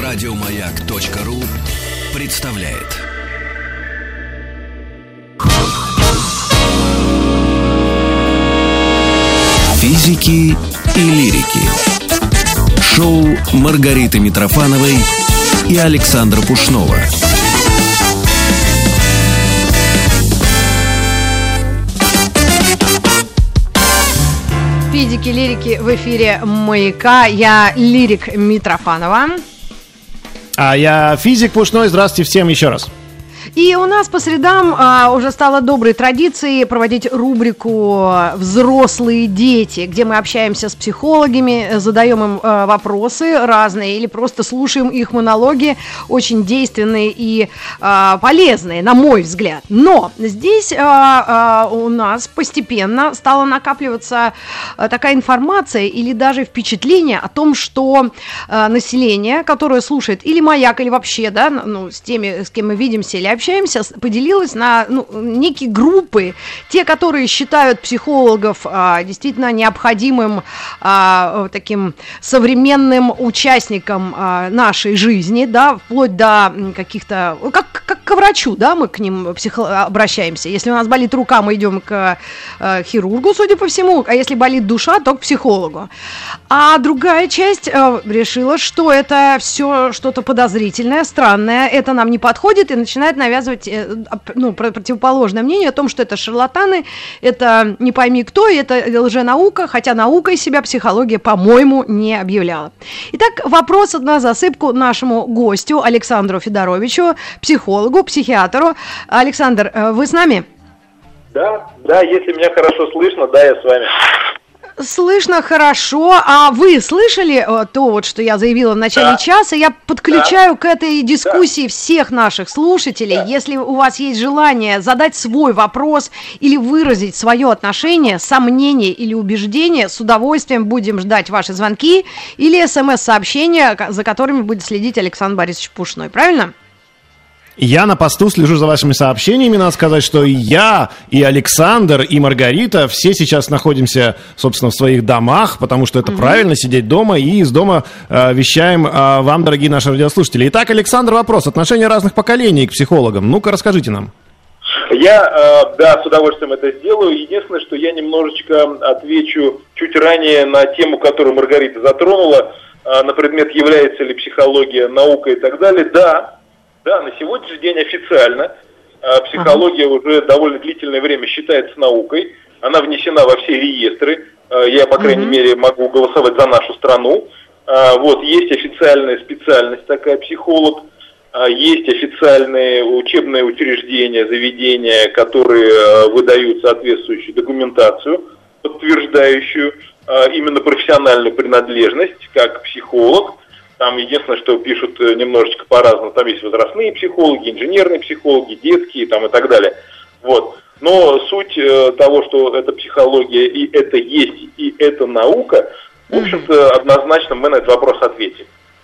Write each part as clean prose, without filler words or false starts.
Радиомаяк.ру представляет. Физики и лирики. Шоу Маргариты Митрофановой и Александра Пушнова. Физики, лирики в эфире Маяка. Я лирик Митрофанова. А я физик Пушной. Здравствуйте всем еще раз. И у нас по средам уже стало доброй традицией проводить рубрику «Взрослые дети», где мы общаемся с психологами, задаем им вопросы разные или просто слушаем их монологи, очень действенные и полезные, на мой взгляд. Но здесь у нас постепенно стала накапливаться такая информация или даже впечатление о том, что население, которое слушает или «Маяк», или вообще, да, с теми, с кем мы видимся или общаемся, поделилась на некие группы, те, которые считают психологов действительно необходимым таким современным участником нашей жизни, да, вплоть до каких-то, как к врачу, да, мы к ним обращаемся. Если у нас болит рука, мы идем к хирургу, судя по всему, а если болит душа, то к психологу. А другая часть решила, что это все что-то подозрительное, странное, это нам не подходит, и начинает навязывать противоположное мнение о том, что это шарлатаны, это не пойми кто, это лженаука, хотя наукой себя психология, по-моему, не объявляла. Итак, вопрос на засыпку нашему гостю Александру Федоровичу, психологу, психиатру. Александр, вы с нами? Да, если меня хорошо слышно, да, я с вами. Слышно хорошо. А вы слышали то, вот, что я заявила в начале часа? Я подключаю к этой дискуссии всех наших слушателей. Если у вас есть желание задать свой вопрос или выразить свое отношение, сомнение или убеждение, с удовольствием будем ждать ваши звонки или смс-сообщения, за которыми будет следить Александр Борисович Пушной. Правильно? Я на посту слежу за вашими сообщениями. Надо сказать, что и я, и Александр, и Маргарита все сейчас находимся, собственно, в своих домах, потому что это правильно, сидеть дома, и из дома вещаем вам, дорогие наши радиослушатели. Итак, Александр, вопрос. Отношение разных поколений к психологам. Ну-ка, расскажите нам. Я, с удовольствием это сделаю. Единственное, что я немножечко отвечу чуть ранее на тему, которую Маргарита затронула, на предмет, является ли психология наукой и так далее. Да, на сегодняшний день официально психология уже довольно длительное время считается наукой. Она внесена во все реестры. Я, по крайней мере, могу голосовать за нашу страну. Есть официальная специальность такая, психолог. Есть официальные учебные учреждения, заведения, которые выдают соответствующую документацию, подтверждающую именно профессиональную принадлежность как психолог. Там единственное, что пишут немножечко по-разному. Там есть возрастные психологи, инженерные психологи, детские там, и так далее. Но суть того, что это психология, и это есть, и это наука, в общем-то, однозначно мы на этот вопрос ответим.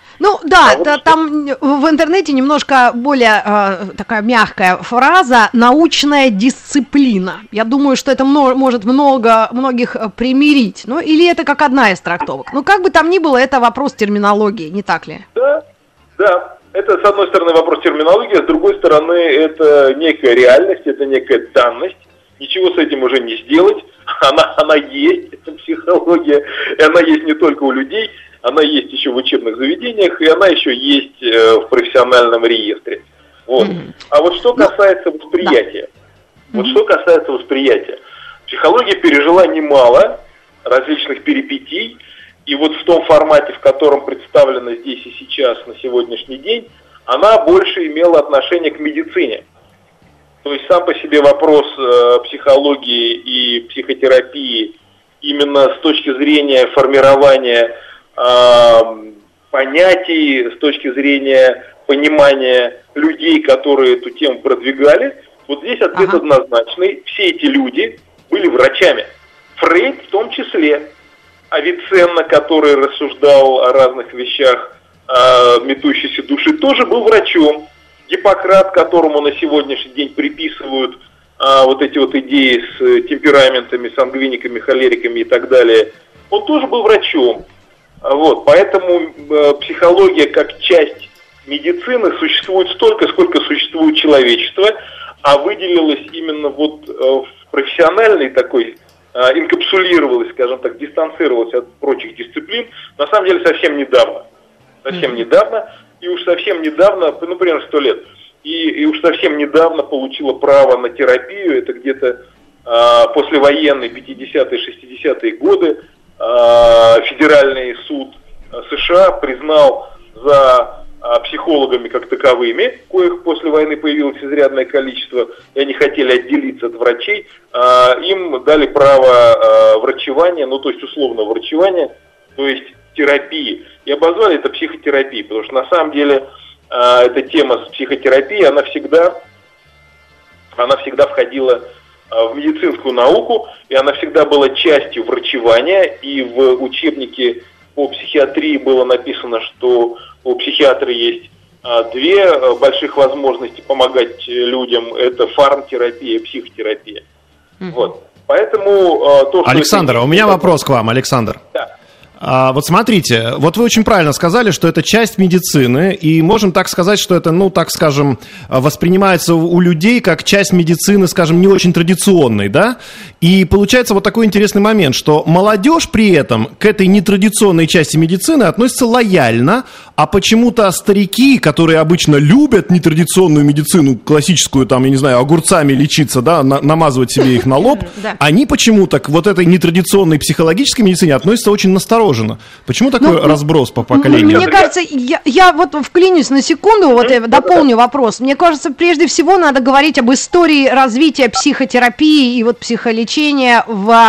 Там в интернете немножко более такая мягкая фраза «научная дисциплина». Я думаю, что это может многих примирить. Или это как одна из трактовок. Как бы там ни было, это вопрос терминологии, не так ли? Да. Это, с одной стороны, вопрос терминологии, а с другой стороны, это некая реальность, это некая данность. Ничего с этим уже не сделать. Она есть, эта психология, и она есть не только у людей, она есть еще в учебных заведениях, и она еще есть в профессиональном реестре. А что касается восприятия. Психология пережила немало различных перипетий, и в том формате, в котором представлена здесь и сейчас на сегодняшний день, она больше имела отношение к медицине. То есть сам по себе вопрос психологии и психотерапии именно с точки зрения формирования понятий, с точки зрения понимания людей, которые эту тему продвигали, здесь ответ однозначный. Все эти люди были врачами. Фрейд в том числе. Авиценна, который рассуждал о разных вещах метущейся души, тоже был врачом. Гиппократ, которому на сегодняшний день приписывают эти идеи с темпераментами, сангвиниками, холериками и так далее, он тоже был врачом. Поэтому психология как часть медицины существует столько, сколько существует человечество, а выделилось именно вот в профессиональный такой, инкапсулировалось, скажем так, дистанцировалось от прочих дисциплин, на самом деле совсем недавно. И уж совсем недавно, ну, примерно 100 лет, и уж совсем недавно получила право на терапию, это где-то послевоенные 50-е, 60-е годы, Федеральный суд США признал за психологами как таковыми, коих после войны появилось изрядное количество, и они хотели отделиться от врачей, им дали право врачевания, ну то есть условного врачевания, то есть терапии, и обозвали это психотерапией, потому что на самом деле эта тема с психотерапией, она всегда входила в медицинскую науку, и она всегда была частью врачевания, и в учебнике по психиатрии было написано, что у психиатра есть две больших возможности помогать людям, это фармтерапия и психотерапия. Вот. Поэтому то, что Александр, у меня вопрос к вам, Александр. Да. Вот смотрите, вот вы очень правильно сказали, что это часть медицины, и можем так сказать, что это, ну, так скажем, воспринимается у людей как часть медицины, скажем, не очень традиционной, да? И получается вот такой интересный момент, что молодежь при этом к этой нетрадиционной части медицины относится лояльно, а почему-то старики, которые обычно любят нетрадиционную медицину, классическую, там, я не знаю, огурцами лечиться, да, намазывать себе их на лоб, они почему-то к вот этой нетрадиционной психологической медицине относятся очень настороженно. Почему такой разброс по поколению? Мне кажется, я вот вклинюсь на секунду, вот я дополню вопрос. Мне кажется, прежде всего надо говорить об истории развития психотерапии и вот психолечения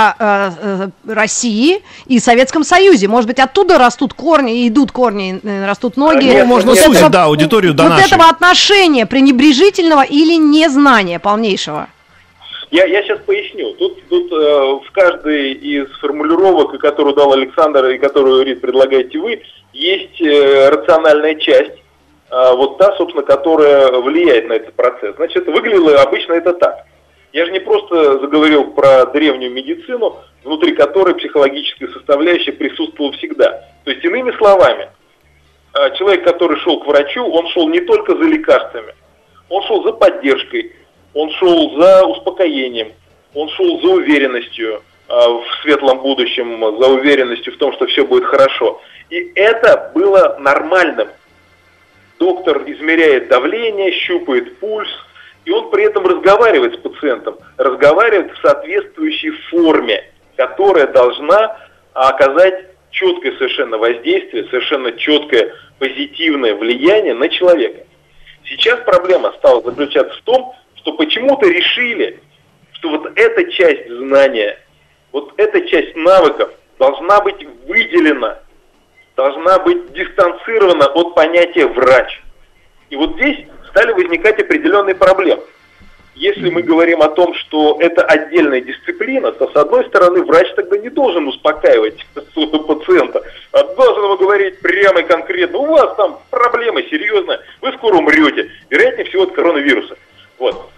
в России и Советском Союзе. Может быть, оттуда растут корни, идут корни, растут ноги. Ну, можно сузить, да, аудиторию до нашей. Вот этого отношения пренебрежительного или незнания полнейшего. Я сейчас поясню. Тут в каждой из формулировок, которую дал Александр и которую, Рит, предлагаете вы, есть рациональная часть, вот та, собственно, которая влияет на этот процесс. Значит, выглядело обычно это так. Я же не просто заговорил про древнюю медицину, внутри которой психологическая составляющая присутствовала всегда. То есть, иными словами, человек, который шел к врачу, он шел не только за лекарствами, он шел за поддержкой, он шел за успокоением, он шел за уверенностью в светлом будущем, за уверенностью в том, что все будет хорошо. И это было нормальным. Доктор измеряет давление, щупает пульс, и он при этом разговаривает с пациентом, разговаривает в соответствующей форме, которая должна оказать четкое совершенно воздействие, совершенно четкое позитивное влияние на человека. Сейчас проблема стала заключаться в том, что почему-то решили, что вот эта часть знания, вот эта часть навыков должна быть выделена, должна быть дистанцирована от понятия «врач». И вот здесь стали возникать определенные проблемы. Если мы говорим о том, что это отдельная дисциплина, то, с одной стороны, врач тогда не должен успокаивать своего пациента, а должен ему говорить прямо и конкретно: у вас там проблемы серьезные, вы скоро умрете, вероятнее всего от коронавируса. Вот.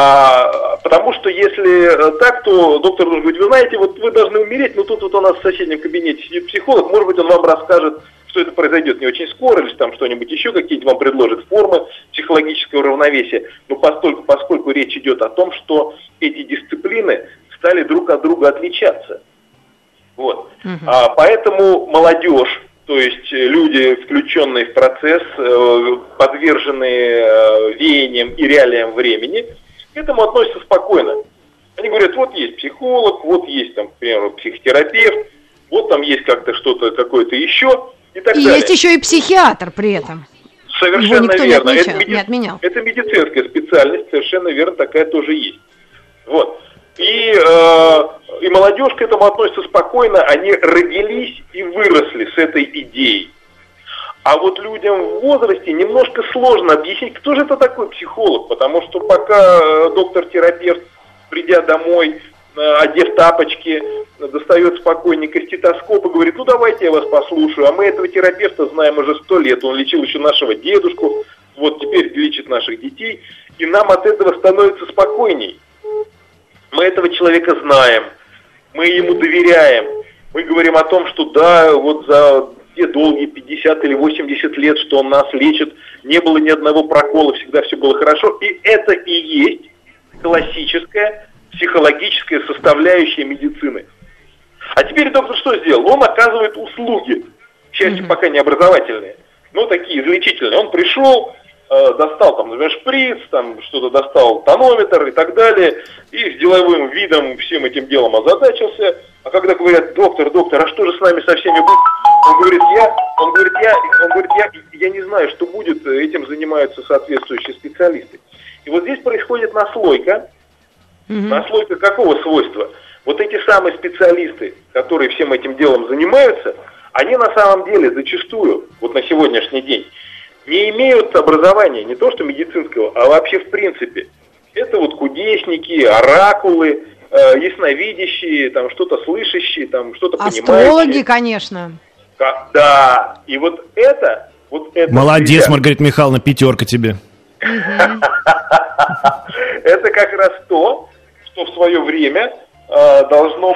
Потому что если так, то доктор должен говорить: вы знаете, вот вы должны умереть, но тут вот у нас в соседнем кабинете сидит психолог, может быть, он вам расскажет, что это произойдет не очень скоро, или там что-нибудь еще, какие-нибудь вам предложит формы психологического равновесия. Но поскольку речь идет о том, что эти дисциплины стали друг от друга отличаться. Вот. Поэтому молодежь, то есть люди, включенные в процесс, подверженные веяниям и реалиям времени, к этому относятся спокойно. Они говорят: вот есть психолог, вот есть там, к примеру, психотерапевт, вот там есть как-то что-то, какое-то еще, и так далее. Есть еще и психиатр при этом. Совершенно верно. Не отменял. Это медицинская специальность, совершенно верно, такая тоже есть. Вот. И молодежь к этому относится спокойно, они родились и выросли с этой идеей. А вот людям в возрасте немножко сложно объяснить, кто же это такой психолог, потому что пока доктор-терапевт, придя домой, одев тапочки, достает спокойненько стетоскоп и говорит: ну давайте я вас послушаю, а мы этого терапевта знаем уже 100 лет, он лечил еще нашего дедушку, вот теперь лечит наших детей, и нам от этого становится спокойней. Мы этого человека знаем, мы ему доверяем, мы говорим о том, что да, вот за все долгие 50 или 80 лет, что он нас лечит, не было ни одного прокола, всегда все было хорошо. И это и есть классическая психологическая составляющая медицины. А теперь доктор что сделал? Он оказывает услуги, к счастью, пока не образовательные, но такие излечительные. Он пришел, достал там, например, шприц, там что-то достал, тонометр и так далее, и с деловым видом всем этим делом озадачился. А когда говорят: доктор, а что же с нами со всеми будет? Он говорит, я не знаю, что будет, этим занимаются соответствующие специалисты. И вот здесь происходит наслойка. Наслойка какого свойства? Вот эти самые специалисты, которые всем этим делом занимаются, они на самом деле зачастую, вот на сегодняшний день, не имеют образования, не то что медицинского, а вообще в принципе. Это вот кудесники, оракулы, ясновидящие, там что-то слышащие, там что-то понимающие. Астрологи, конечно. Да, и вот это... Молодец, Маргарита Михайловна, 5 тебе. Это как раз то, что в свое время должно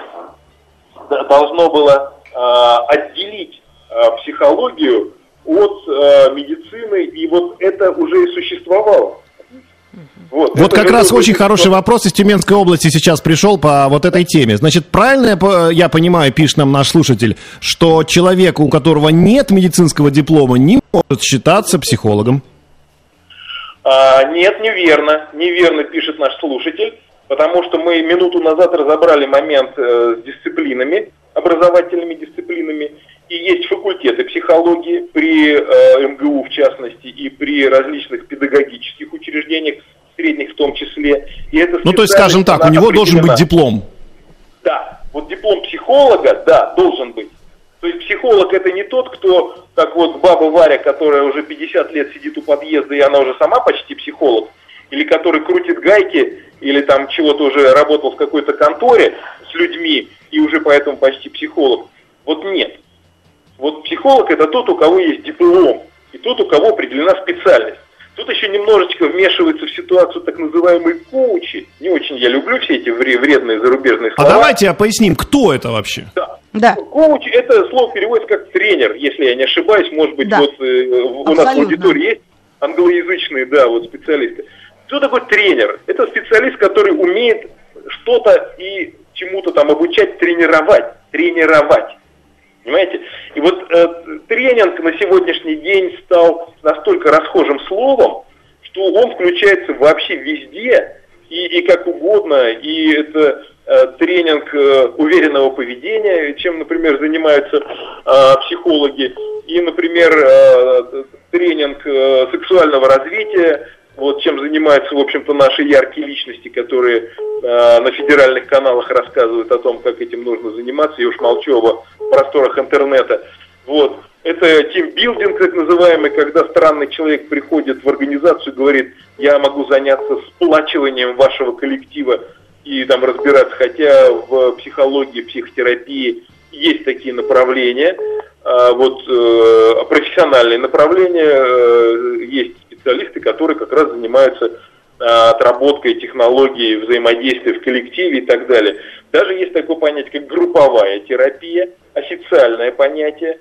было отделить психологию от медицины, и вот это уже и существовало. Вот как раз очень хороший вопрос из Тюменской области сейчас пришел по вот этой теме. Значит, правильно я понимаю, пишет нам наш слушатель, что человек, у которого нет медицинского диплома, не может считаться психологом? Нет, неверно пишет наш слушатель, потому что мы минуту назад разобрали момент с дисциплинами, образовательными дисциплинами, и есть факультеты психологии при МГУ в частности и при различных педагогических учреждениях, средних в том числе. И это то есть, скажем так, у него должен быть диплом. Да, вот диплом психолога, да, должен быть. То есть психолог — это не тот, кто, как вот баба Варя, которая уже 50 лет сидит у подъезда, и она уже сама почти психолог, или который крутит гайки, или там чего-то уже работал в какой-то конторе с людьми, и уже поэтому почти психолог. Вот нет. Вот психолог — это тот, у кого есть диплом, и тот, у кого определена специальность. Тут еще немножечко вмешивается в ситуацию так называемые коучи. Не очень я люблю все эти вредные зарубежные слова. А давайте поясним, кто это вообще? Да. Коуч — это слово переводится как тренер, если я не ошибаюсь. Может быть, вот у нас в аудитории есть англоязычные, вот специалисты. Кто такой тренер? Это специалист, который умеет что-то и чему-то там обучать, тренировать. Понимаете? И вот тренинг на сегодняшний день стал настолько расхожим словом, что он включается вообще везде и как угодно. И это тренинг уверенного поведения, чем, например, занимаются психологи. И, например, тренинг сексуального развития, вот чем занимаются, в общем-то, наши яркие личности, которые на федеральных каналах рассказывают о том, как этим нужно заниматься. Я уж молчу о просторах интернета. Вот. Это тимбилдинг, так называемый, когда странный человек приходит в организацию и говорит: я могу заняться сплачиванием вашего коллектива и там разбираться. Хотя в психологии, психотерапии есть такие направления. Профессиональные направления, есть специалисты, которые как раз занимаются отработкой технологий взаимодействия в коллективе и так далее. Даже есть такое понятие, как групповая терапия, официальное понятие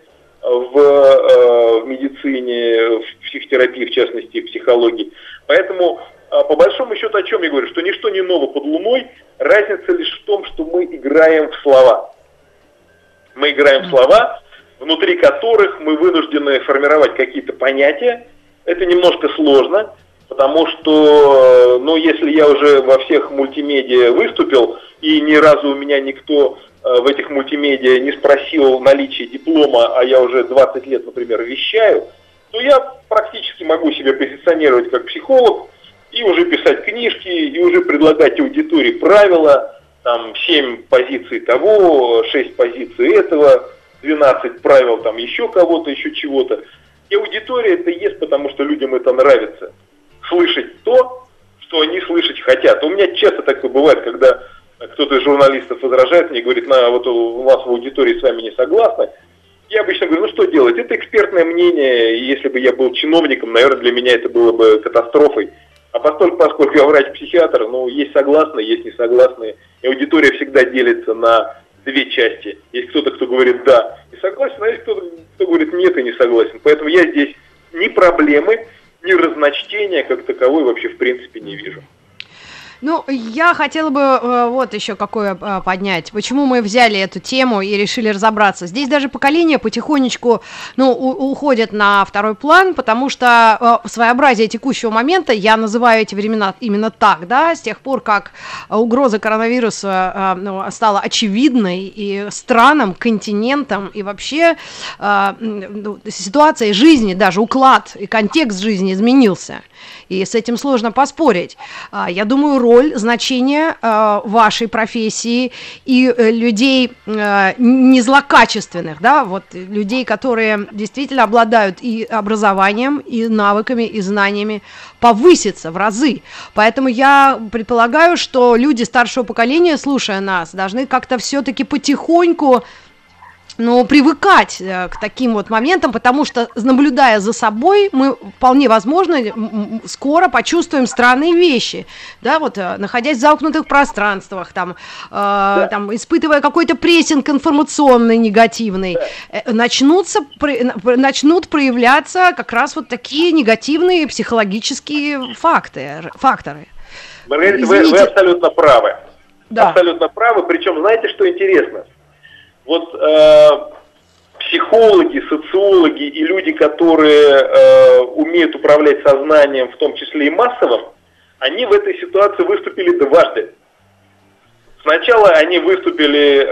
в медицине, в психотерапии, в частности, в психологии. Поэтому, по большому счету, о чем я говорю, что ничто не ново под луной, разница лишь в том, что мы играем в слова. Мы играем в слова, внутри которых мы вынуждены формировать какие-то понятия. Это немножко сложно, потому что, если я уже во всех мультимедиа выступил, и ни разу у меня никто в этих мультимедиа не спросил наличие диплома, а я уже 20 лет, например, вещаю, то я практически могу себя позиционировать как психолог, и уже писать книжки, и уже предлагать аудитории правила, там 7 позиций того, 6 позиций этого, 12 правил там еще кого-то, еще чего-то. И аудитория это ест, потому что людям это нравится. Слышать то, что они слышать хотят. У меня часто такое бывает, когда кто-то из журналистов возражает мне и говорит: вот у вас в аудитории с вами не согласны. Я обычно говорю: что делать? Это экспертное мнение, и если бы я был чиновником, наверное, для меня это было бы катастрофой. А поскольку я врач-психиатр, есть согласные, есть несогласные. И аудитория всегда делится на 2 части. Есть кто-то, кто говорит «да» и согласен, а есть кто-то, говорит нет и не согласен. Поэтому я здесь ни проблемы, ни разночтения как таковой вообще в принципе не вижу. Ну, я хотела бы вот еще какое поднять. Почему мы взяли эту тему и решили разобраться? Здесь даже поколения потихонечку, уходят на второй план, потому что своеобразие текущего момента, я называю эти времена именно так, да, с тех пор, как угроза коронавируса стала очевидной и странам, континентам, и вообще ситуация жизни, даже уклад и контекст жизни изменился. И с этим сложно поспорить. Я думаю, роль, значение вашей профессии и людей не злокачественных, да, вот людей, которые действительно обладают и образованием, и навыками, и знаниями, повысится в разы. Поэтому я предполагаю, что люди старшего поколения, слушая нас, должны как-то все-таки потихоньку привыкать к таким вот моментам, потому что, наблюдая за собой, мы вполне возможно скоро почувствуем странные вещи, да, вот находясь в замкнутых пространствах, там испытывая какой-то прессинг информационный, негативный, начнут проявляться как раз вот такие негативные психологические факторы. Маргарита, вы абсолютно правы. Да. Абсолютно правы, причем знаете, что интересно? Вот психологи, социологи и люди, которые умеют управлять сознанием, в том числе и массовым, они в этой ситуации выступили дважды. Сначала они выступили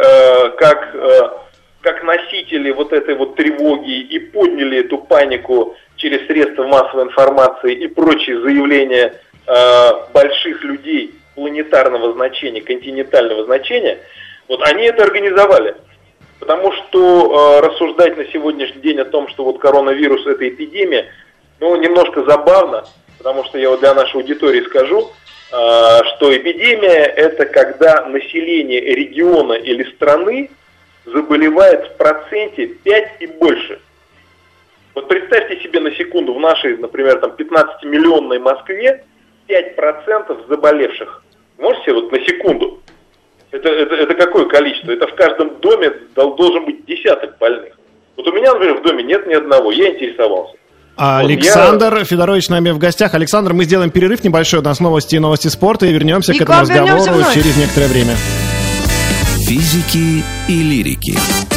как носители вот этой вот тревоги и подняли эту панику через средства массовой информации и прочие заявления больших людей планетарного значения, континентального значения. Вот они это организовали. Потому что рассуждать на сегодняшний день о том, что вот коронавирус – это эпидемия, немножко забавно, потому что я вот для нашей аудитории скажу, что эпидемия – это когда население региона или страны заболевает в проценте 5 и больше. Вот представьте себе на секунду, в нашей, например, 15-миллионной Москве 5% заболевших. Можете вот на секунду? Это какое количество? Это в каждом доме должен быть десяток больных. Вот у меня, например, в доме нет ни одного, я интересовался. Александр Федорович с нами в гостях. Александр, мы сделаем перерыв небольшой, у нас новости и новости спорта, и вернемся к этому разговору через некоторое время. Физики и лирики.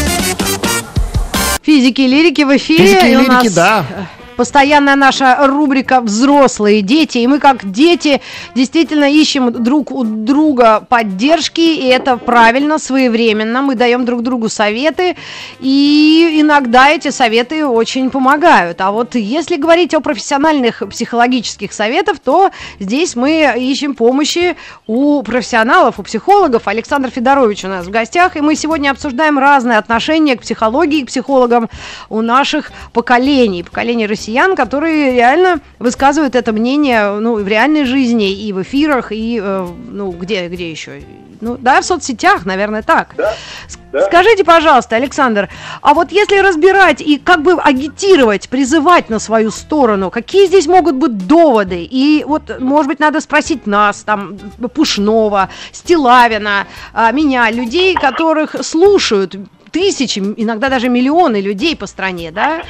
Физики и лирики в эфире. Физики и лирики, да. Постоянная наша рубрика «Взрослые дети», и мы как дети действительно ищем друг у друга поддержки, и это правильно, своевременно, мы даем друг другу советы, и иногда эти советы очень помогают. А вот если говорить о профессиональных психологических советах, то здесь мы ищем помощи у профессионалов, у психологов. Александр Федорович у нас в гостях, и мы сегодня обсуждаем разные отношения к психологии, к психологам у наших поколений россиян, которые реально высказывают это мнение в реальной жизни и в эфирах, и где еще? В соцсетях, наверное, так. Да. Скажите, пожалуйста, Александр, а вот если разбирать и как бы агитировать, призывать на свою сторону, какие здесь могут быть доводы? И вот, может быть, надо спросить нас, Пушнова, Стилавина, меня, людей, которых слушают тысячи, иногда даже миллионы людей по стране, да,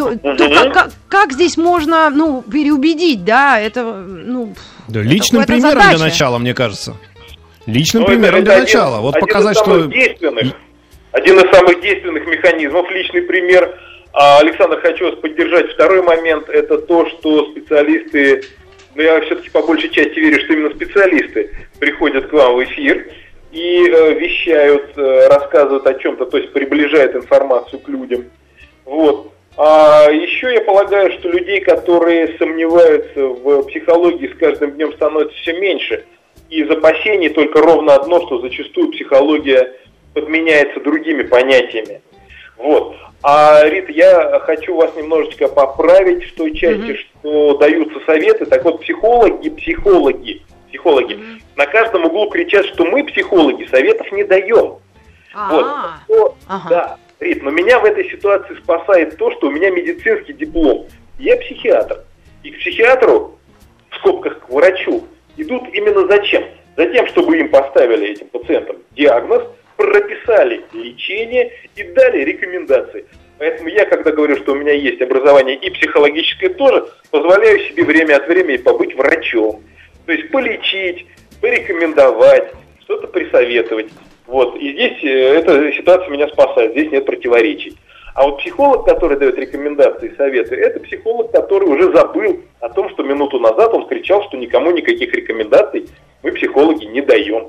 как здесь можно, переубедить, да, это, личным примером задача. Для начала, мне кажется. Личным примером для начала. Вот показать, что... Один из самых действенных механизмов, личный пример. Александр, хочу вас поддержать. Второй момент, это то, что специалисты, я все-таки по большей части верю, что именно специалисты приходят к вам в эфир и вещают, рассказывают о чем-то, то есть приближают информацию к людям. Вот. А еще я полагаю, что людей, которые сомневаются в психологии, с каждым днем становится все меньше. И из опасений только ровно одно, что зачастую психология подменяется другими понятиями. Вот. А, Рита, я хочу вас немножечко поправить в той части, что даются советы. Так вот, психологи на каждом углу кричат, что мы, психологи, советов не даем. Вот. Да, Рит, но меня в этой ситуации спасает то, что у меня медицинский диплом. Я психиатр. И к психиатру, в скобках к врачу, идут именно зачем? Затем, чтобы им поставили, этим пациентам, диагноз, прописали лечение и дали рекомендации. Поэтому я, когда говорю, что у меня есть образование и психологическое тоже, позволяю себе время от времени побыть врачом. То есть полечить, порекомендовать, что-то присоветовать. Вот. И здесь эта ситуация меня спасает, здесь нет противоречий. А вот психолог, который дает рекомендации и советы, это психолог, который уже забыл о том, что минуту назад он кричал, что никому никаких рекомендаций мы, психологи, не даем.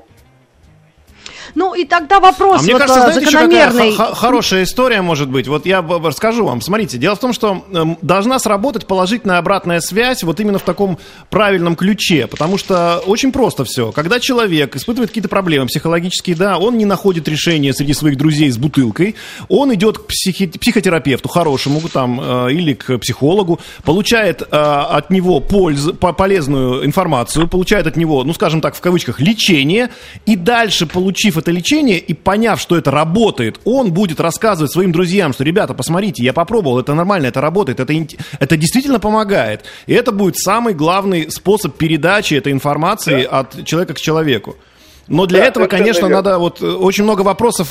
Ну и тогда вопрос мне вот кажется, знаете, закономерный. Еще какая хорошая история может быть. Вот я расскажу вам. Смотрите, дело в том, что должна сработать положительная обратная связь вот именно в таком правильном ключе. Потому что очень просто все. Когда человек испытывает какие-то проблемы психологические, да, он не находит решения среди своих друзей с бутылкой, он идет к психотерапевту хорошему там, или к психологу, получает от него полезную информацию, получает от него, ну скажем так, в кавычках, лечение, и дальше, получив это лечение и поняв, что это работает, он будет рассказывать своим друзьям, что, ребята, посмотрите, я попробовал, это нормально, это работает, это действительно помогает. И это будет самый главный способ передачи этой информации от человека к человеку. Но для этого, конечно, надо вот очень много вопросов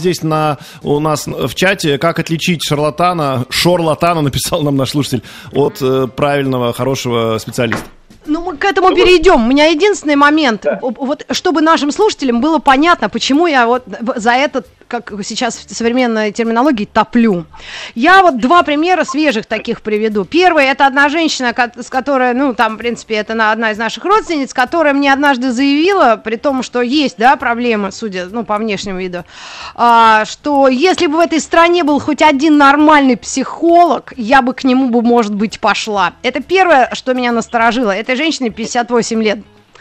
у нас в чате, как отличить шарлатана, написал нам наш слушатель, от правильного, хорошего специалиста. Ну, мы к этому перейдем. У меня единственный момент, вот, чтобы нашим слушателям было понятно, почему я вот за этот, как сейчас в современной терминологии, топлю. Я вот два примера свежих таких приведу. Первый, это одна женщина, с которой, ну, там, в принципе, это одна из наших родственниц, которая мне однажды заявила, при том, что есть, да, проблемы, судя, ну, по внешнему виду, что если бы в этой стране был хоть один нормальный психолог, я бы к нему бы, может быть, пошла. Это первое, что меня насторожило. Этой женщине 58 лет.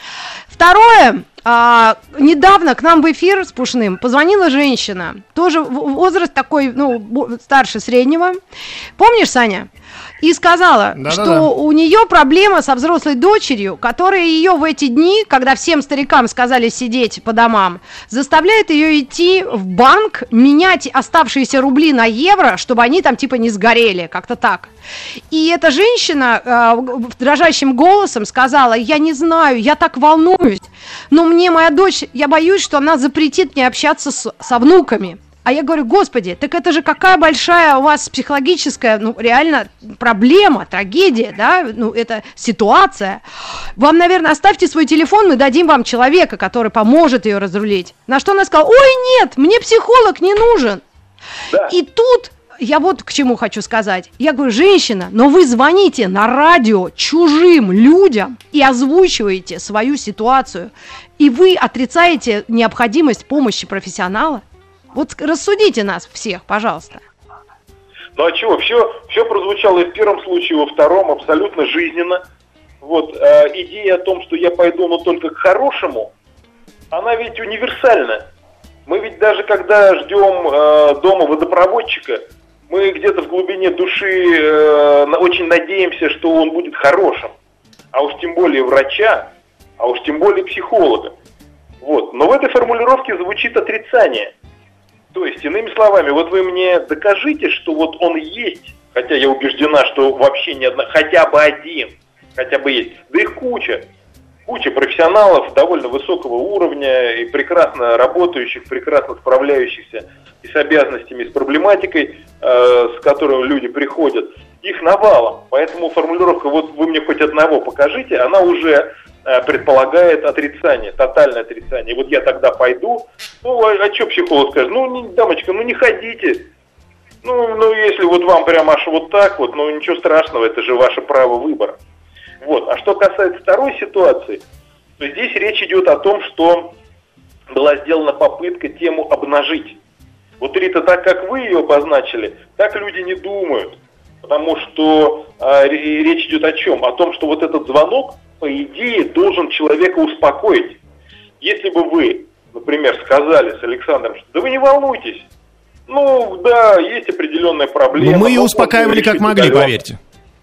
Второе, недавно к нам в эфир с Пушным позвонила женщина, тоже возраст такой, ну, старше среднего. Помнишь, Саня? И сказала, что у нее проблема со взрослой дочерью, которая ее в эти дни, когда всем старикам сказали сидеть по домам, заставляет ее идти в банк, менять оставшиеся рубли на евро, чтобы они там типа не сгорели, как-то так. И эта женщина дрожащим голосом сказала: я не знаю, я так волнуюсь, но мне моя дочь, я боюсь, что она запретит мне общаться со внуками. А я говорю: господи, так это же какая большая у вас психологическая, ну, реально проблема, трагедия, да, ну, это ситуация. Вам, наверное, оставьте свой телефон, мы дадим вам человека, который поможет ее разрулить. На что она сказала: ой, нет, мне психолог не нужен. Да. И тут я вот к чему хочу сказать. Я говорю: женщина, но вы звоните на радио чужим людям и озвучиваете свою ситуацию, и вы отрицаете необходимость помощи профессионала. Вот рассудите нас всех, пожалуйста. Ну а чего? Все прозвучало и в первом случае, и во втором абсолютно жизненно. Вот идея о том, что я пойду, но только к хорошему, она ведь универсальна. Мы ведь даже когда ждем дома водопроводчика, мы где-то в глубине души очень надеемся, что он будет хорошим. А уж тем более врача, а уж тем более психолога. Вот. Но в этой формулировке звучит отрицание. То есть, иными словами, вот вы мне докажите, что вот он есть, хотя я убеждена, что вообще ни одна, хотя бы один, хотя бы есть. Да их куча профессионалов довольно высокого уровня и прекрасно работающих, прекрасно справляющихся и с обязанностями, и с проблематикой, с которой люди приходят. Их навалом. Поэтому формулировка «вот вы мне хоть одного покажите», она уже предполагает отрицание, тотальное отрицание. И вот я тогда пойду, ну, а что психолог скажет? Ну, дамочка, ну не ходите. Ну, если вот вам прямо аж вот так вот, ну, ничего страшного, это же ваше право выбора. Вот. А что касается второй ситуации, то здесь речь идет о том, что была сделана попытка тему обнажить. Вот, Рита, так как вы ее обозначили, так люди не думают. Потому что речь идет о чем? О том, что вот этот звонок, по идее, должен человека успокоить. Если бы вы, например, сказали с Александром, что да вы не волнуйтесь, ну да, есть определенная проблема. Но мы ее успокаивали как могли, поверьте.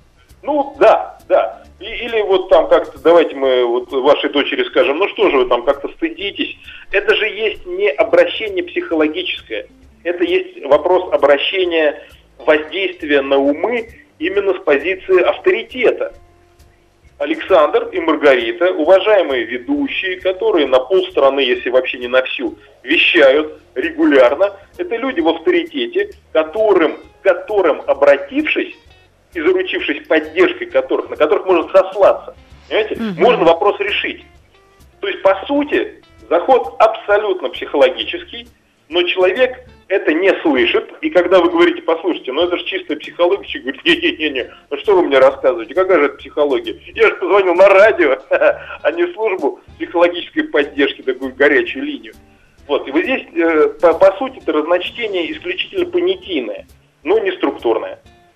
Ну да. Или вот там как-то, давайте мы вот вашей дочери скажем, ну что же вы там как-то стыдитесь. Это же есть не обращение психологическое, это есть вопрос обращения, воздействия на умы именно с позиции авторитета. Александр и Маргарита, уважаемые ведущие, которые на полстраны, если вообще не на всю, вещают регулярно, это люди в авторитете, которым обратившись и заручившись поддержкой на которых можно сослаться, понимаете, можно вопрос решить. То есть, по сути, заход абсолютно психологический, но человек это не слышит, и когда вы говорите, послушайте, это же чистая психология, человек говорит, не-не-не, что вы мне рассказываете, какая же это психология? Я же позвонил на радио, а не в службу психологической поддержки, такую горячую линию. Вот, и вот здесь, по сути, это разночтение исключительно понятийное, но не структурное.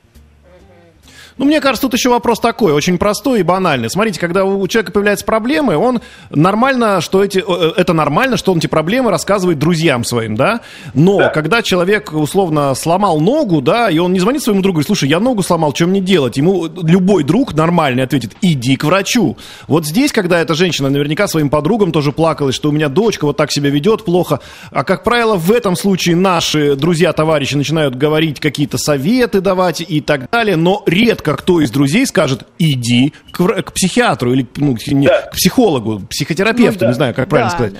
Мне кажется, тут еще вопрос такой, очень простой и банальный. Смотрите, когда у человека появляются проблемы, он нормально, это нормально, что он эти проблемы рассказывает друзьям своим, да? Но когда человек, условно, сломал ногу, да, и он не звонит своему другу и говорит, слушай, я ногу сломал, что мне делать? Ему любой друг нормальный ответит, иди к врачу. Вот здесь, когда эта женщина наверняка своим подругам тоже плакалась, что у меня дочка вот так себя ведет плохо, а, как правило, в этом случае наши друзья, товарищи начинают говорить, какие-то советы давать и так далее, но редко кто из друзей скажет, иди к психиатру или к психологу, психотерапевту, не знаю, как правильно сказать.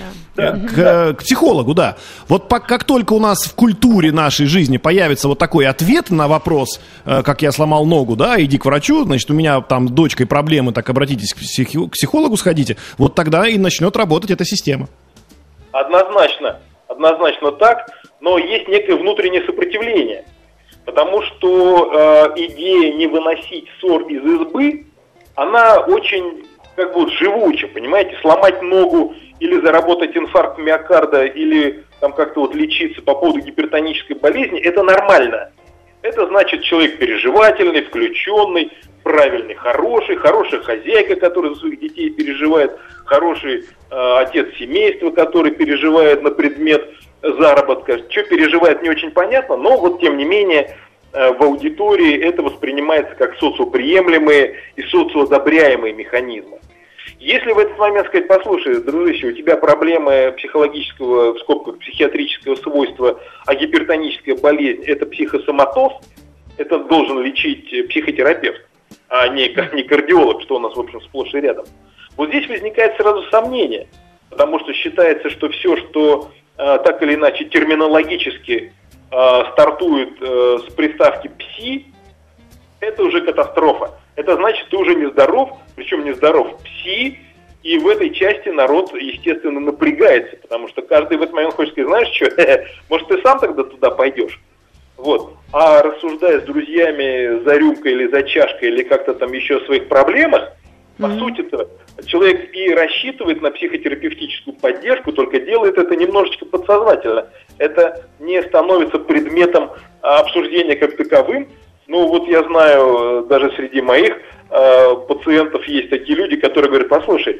К психологу, да. Вот как только у нас в культуре нашей жизни появится вот такой ответ на вопрос, как я сломал ногу, да, иди к врачу, значит, у меня там с дочкой проблемы, так обратитесь к психологу, сходите, вот тогда и начнет работать эта система. Однозначно так, но есть некое внутреннее сопротивление. Потому что идея не выносить ссор из избы, она очень живуча, понимаете, сломать ногу или заработать инфаркт миокарда, или там как-то лечиться по поводу гипертонической болезни, это нормально. Это значит человек переживательный, включенный, правильный, хорошая хозяйка, которая за своих детей переживает, хороший отец семейства, который переживает на предмет заработка. Что переживает, не очень понятно, но тем не менее в аудитории это воспринимается как социоприемлемые и социоодобряемые механизмы. Если в этот момент сказать, послушай, дружище, у тебя проблемы психологического, в скобках психиатрического свойства, а гипертоническая болезнь – это психосоматоз, это должен лечить психотерапевт, а не кардиолог, что у нас, в общем, сплошь и рядом. Вот здесь возникает сразу сомнение, потому что считается, что все, что так или иначе терминологически стартует с приставки «пси», это уже катастрофа. Это значит, ты уже нездоров, причем нездоров пси, и в этой части народ, естественно, напрягается, потому что каждый в этот момент хочет сказать, знаешь что, может, ты сам тогда туда пойдешь? Вот. А рассуждая с друзьями за рюмкой или за чашкой, или как-то там еще о своих проблемах, по сути-то, человек и рассчитывает на психотерапевтическую поддержку, только делает это немножечко подсознательно. Это не становится предметом обсуждения как таковым. Я знаю, даже среди моих пациентов есть такие люди, которые говорят, послушай,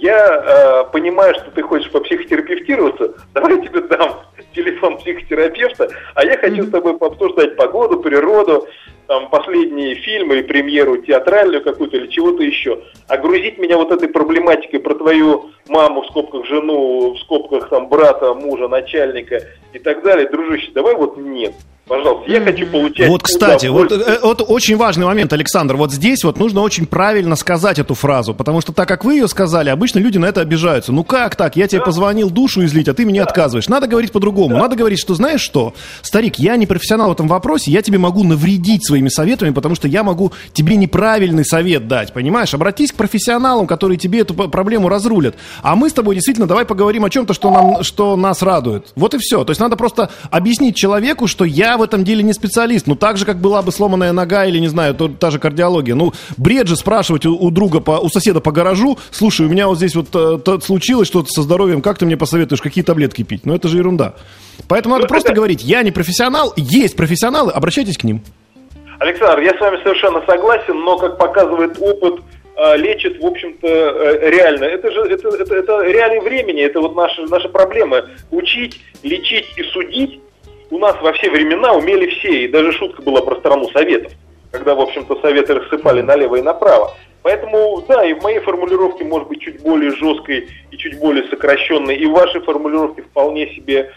я понимаю, что ты хочешь попсихотерапевтироваться, давай я тебе дам телефон психотерапевта, а я хочу с тобой пообсуждать погоду, природу, там, последние фильмы и премьеру театральную какую-то или чего-то еще. А грузить меня этой проблематикой про твою маму, в скобках жену, в скобках там брата, мужа, начальника и так далее, дружище, давай нет. Пожалуйста, я хочу получать... Кстати, очень важный момент, Александр. Здесь нужно очень правильно сказать эту фразу, потому что так как вы ее сказали, обычно люди на это обижаются. Как так? Я тебе позвонил душу излить, а ты мне отказываешь. Надо говорить по-другому. Надо говорить, что знаешь что, старик, я не профессионал в этом вопросе, я тебе могу навредить своими советами, потому что я могу тебе неправильный совет дать, понимаешь? Обратись к профессионалам, которые тебе эту проблему разрулят. А мы с тобой действительно давай поговорим о чем-то, что нас радует. Вот и все. То есть надо просто объяснить человеку, что я в этом деле не специалист. Так же, как была бы сломанная нога или, не знаю, та же кардиология. Бред же спрашивать у друга, у соседа по гаражу, слушай, у меня здесь случилось что-то со здоровьем, как ты мне посоветуешь, какие таблетки пить? Это же ерунда. Поэтому надо просто говорить, я не профессионал, есть профессионалы, обращайтесь к ним. Александр, я с вами совершенно согласен, но, как показывает опыт, лечит, в общем-то, реально. Это реалии времени, это наша проблема. Учить, лечить и судить у нас во все времена умели все, и даже шутка была про страну советов, когда, в общем-то, советы рассыпали налево и направо. Поэтому, да, и в моей формулировке может быть чуть более жесткой и чуть более сокращенной, и в вашей формулировке вполне себе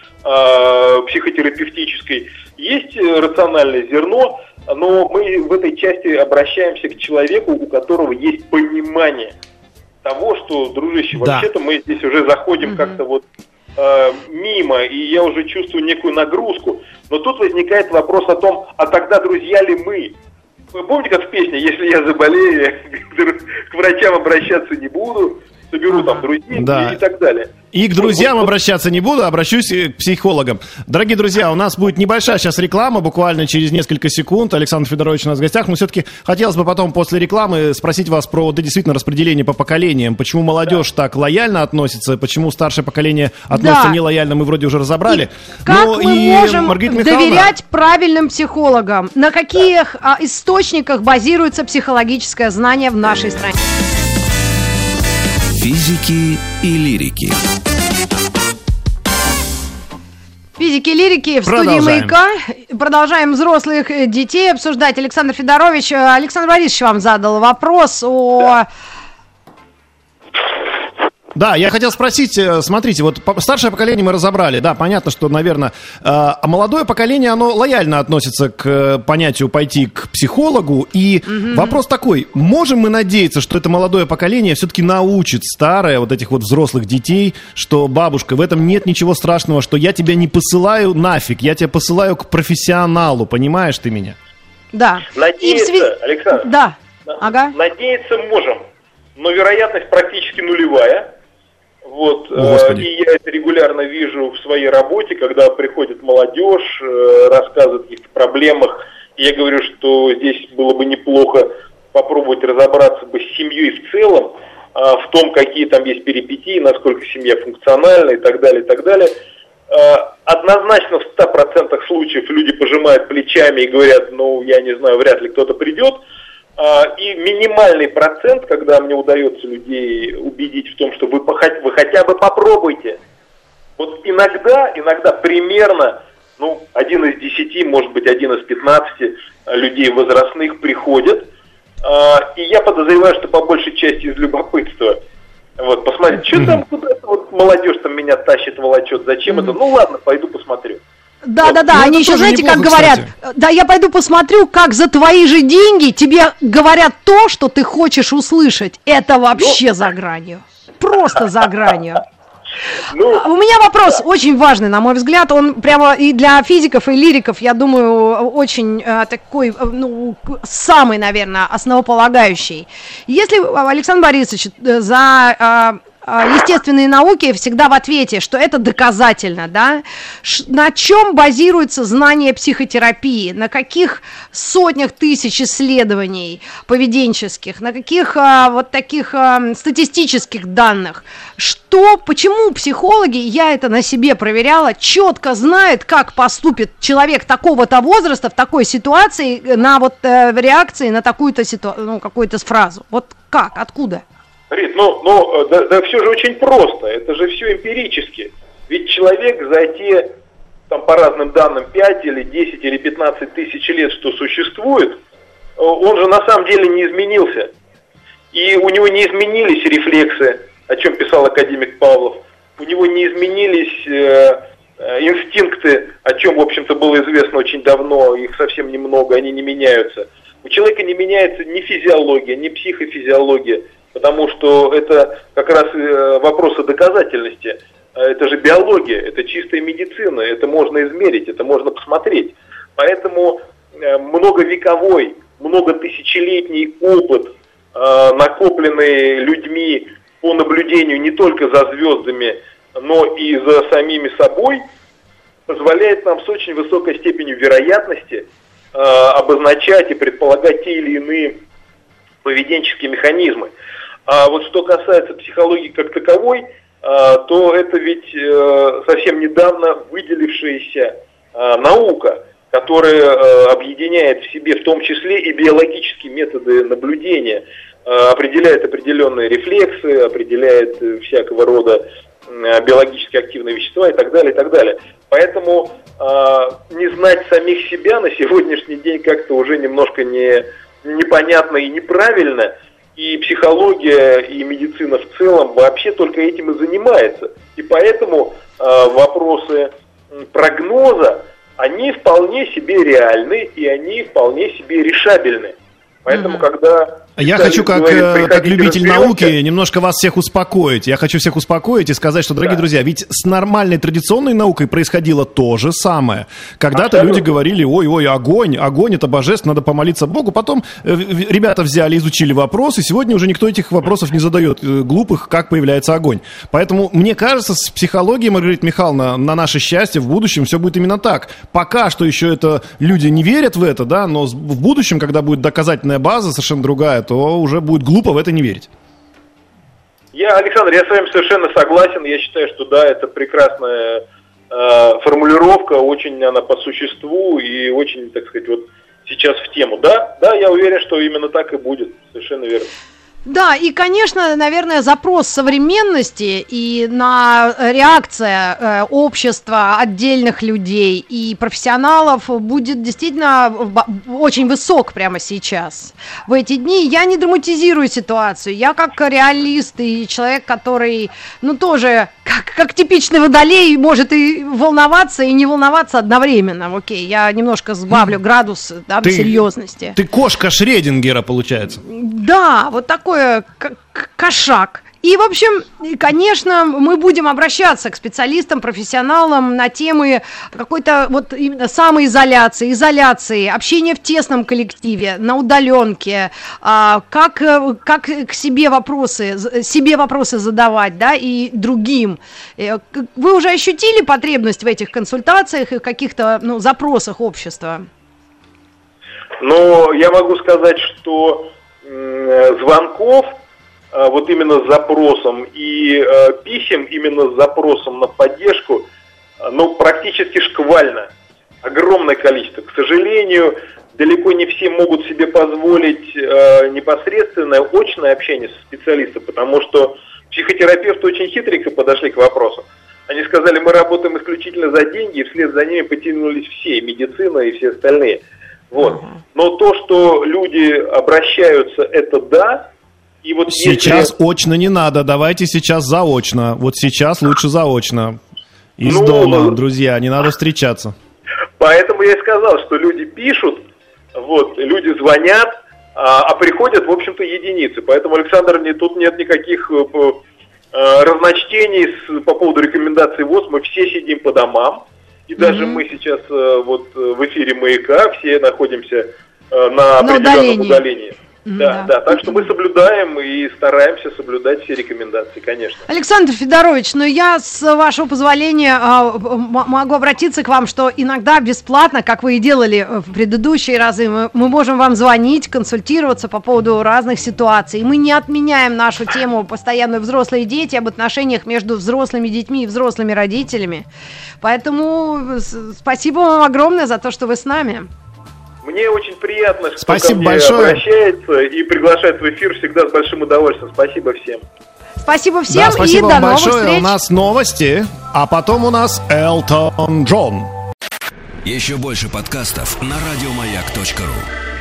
психотерапевтической. Есть рациональное зерно, но мы в этой части обращаемся к человеку, у которого есть понимание того, что, дружище, вообще-то мы здесь уже заходим как-то мимо, и я уже чувствую некую нагрузку. Но тут возникает вопрос о том, а тогда друзья ли мы? Вы помните, как в песне «Если я заболею, я к врачам обращаться не буду, соберу там друзей», да, и так далее. И к друзьям обращаться не буду, обращусь к психологам. Дорогие друзья, у нас будет небольшая сейчас реклама, буквально через несколько секунд. Александр Федорович у нас в гостях. Но все-таки хотелось бы потом после рекламы спросить вас про действительно распределение по поколениям. Почему молодежь так лояльно относится, почему старшее поколение относится нелояльно, мы вроде уже разобрали. И как мы можем доверять правильным психологам? На каких источниках базируется психологическое знание в нашей стране? Физики и лирики. Физики и лирики в студии «Маяка». Продолжаем взрослых детей обсуждать. Александр Федорович, Александр Борисович вам задал вопрос о... Да, я хотел спросить, смотрите, вот старшее поколение мы разобрали, да, понятно, что, наверное, а молодое поколение, оно лояльно относится к понятию пойти к психологу, и вопрос такой, можем мы надеяться, что это молодое поколение все-таки научит старое, вот этих вот взрослых детей, что, бабушка, в этом нет ничего страшного, что я тебя не посылаю нафиг, я тебя посылаю к профессионалу, понимаешь ты меня? Да. Надеяться, Александр, да. Ага. Надеяться можем, но вероятность практически нулевая. Вот, и я это регулярно вижу в своей работе, когда приходит молодежь, рассказывает о каких-то проблемах, и я говорю, что здесь было бы неплохо попробовать разобраться бы с семьей в целом, в том, какие там есть перипетии, насколько семья функциональна и так далее, и так далее. Однозначно в 100% случаев люди пожимают плечами и говорят, ну, я не знаю, вряд ли кто-то придет. И минимальный процент, когда мне удается людей убедить в том, что вы хотя бы попробуйте. Вот иногда примерно, 1 из 10, может быть 1 из 15 людей возрастных приходят. И я подозреваю, что по большей части из любопытства. Вот, посмотрите, что там куда-то вот молодежь там меня тащит, волочет, зачем это? Ну ладно, пойду посмотрю. Да, они еще, знаете, как говорят, да, я пойду посмотрю, как за твои же деньги тебе говорят то, что ты хочешь услышать. Это вообще за гранью. Просто за гранью. У меня вопрос очень важный, на мой взгляд, он прямо и для физиков, и лириков, я думаю, очень такой, самый, наверное, основополагающий. Если Александр Борисович за... естественные науки всегда в ответе, что это доказательно, да? На чем базируется знание психотерапии? На каких сотнях тысяч исследований поведенческих? На каких вот таких статистических данных? Почему психологи, я это на себе проверяла, четко знают, как поступит человек такого-то возраста в такой ситуации на вот реакции на такую-то какую-то фразу? Вот как? Откуда? Рит, да все же очень просто, это же все эмпирически. Ведь человек за те, там по разным данным, 5 или 10 или 15 тысяч лет, что существует, он же на самом деле не изменился. И у него не изменились рефлексы, о чем писал академик Павлов, у него не изменились инстинкты, о чем, в общем-то, было известно очень давно, их совсем немного, они не меняются. У человека не меняется ни физиология, ни психофизиология, потому что это как раз вопросы доказательности. Это же биология, это чистая медицина, это можно измерить, это можно посмотреть. Поэтому многовековой, многотысячелетний опыт, накопленный людьми по наблюдению не только за звездами, но и за самими собой, позволяет нам с очень высокой степенью вероятности обозначать и предполагать те или иные поведенческие механизмы. А вот что касается психологии как таковой, то это ведь совсем недавно выделившаяся наука, которая объединяет в себе в том числе и биологические методы наблюдения, определяет определенные рефлексы, определяет всякого рода биологически активные вещества и так далее, и так далее. Поэтому не знать самих себя на сегодняшний день как-то уже немножко непонятно и неправильно. И психология, и медицина в целом вообще только этим и занимается. И поэтому вопросы прогноза, они вполне себе реальны, и они вполне себе решабельны. Поэтому, когда... Я хочу, как любитель науки, немножко вас всех успокоить. Я хочу всех успокоить и сказать, что, дорогие друзья, ведь с нормальной традиционной наукой происходило то же самое. Когда-то люди говорили, ой, огонь, это божественно, надо помолиться Богу. Потом ребята взяли, изучили вопрос, и сегодня уже никто этих вопросов не задает, глупых, как появляется огонь. Поэтому, мне кажется, с психологией, Маргарита Михайловна, на наше счастье, в будущем все будет именно так. Пока что еще это люди не верят в это, да, но в будущем, когда будет доказательная база совершенно другая, то уже будет глупо в это не верить. Александр, я с вами совершенно согласен. Я считаю, что да, это прекрасная формулировка, очень она по существу и очень, так сказать, вот сейчас в тему. Да, я уверен, что именно так и будет. Совершенно верно. Да, и, конечно, наверное, запрос современности и на реакция общества, отдельных людей и профессионалов будет действительно очень высок прямо сейчас. В эти дни я не драматизирую ситуацию, я как реалист и человек, который, тоже как типичный водолей, может и волноваться, и не волноваться одновременно. Окей, я немножко сбавлю градус серьезности. Ты кошка Шрёдингера, получается. Да, вот такой кошак. И, в общем, конечно, мы будем обращаться к специалистам, профессионалам на темы какой-то вот именно самоизоляции, изоляции, общения в тесном коллективе, на удаленке, как к себе вопросы задавать, да, и другим. Вы уже ощутили потребность в этих консультациях и в каких-то, запросах общества? Я могу сказать, что звонков вот именно с запросом и писем именно с запросом на поддержку, практически шквально. Огромное количество. К сожалению, далеко не все могут себе позволить непосредственное очное общение со специалистом, потому что психотерапевты очень хитренько подошли к вопросу. Они сказали, мы работаем исключительно за деньги, и вслед за ними потянулись все, и медицина, и все остальные. Вот. Но то, что люди обращаются, это да. И вот сейчас очно не надо, давайте сейчас заочно. Вот сейчас лучше заочно. Из дома, друзья, не надо встречаться. Поэтому я и сказал, что люди пишут, люди звонят, а приходят, в общем-то, единицы. Поэтому, Александр, тут нет никаких разночтений по поводу рекомендаций ВОЗ. Мы все сидим по домам. И даже мы сейчас в эфире «Маяка» все находимся на определенном удалении. Да. Так что мы соблюдаем и стараемся соблюдать все рекомендации, конечно. Александр Федорович, я, с вашего позволения, могу обратиться к вам, что иногда бесплатно, как вы и делали в предыдущие разы, мы можем вам звонить, консультироваться по поводу разных ситуаций. Мы не отменяем нашу тему «Постоянные взрослые дети», об отношениях между взрослыми детьми и взрослыми родителями. Поэтому спасибо вам огромное за то, что вы с нами. Мне очень приятно, что спасибо ко мне большое. Обращается и приглашает в эфир всегда с большим удовольствием. Спасибо всем. Спасибо всем, да, спасибо и до новых большое. Встреч. У нас новости, а потом у нас Элтон Джон. Еще больше подкастов на радиомаяк.ру.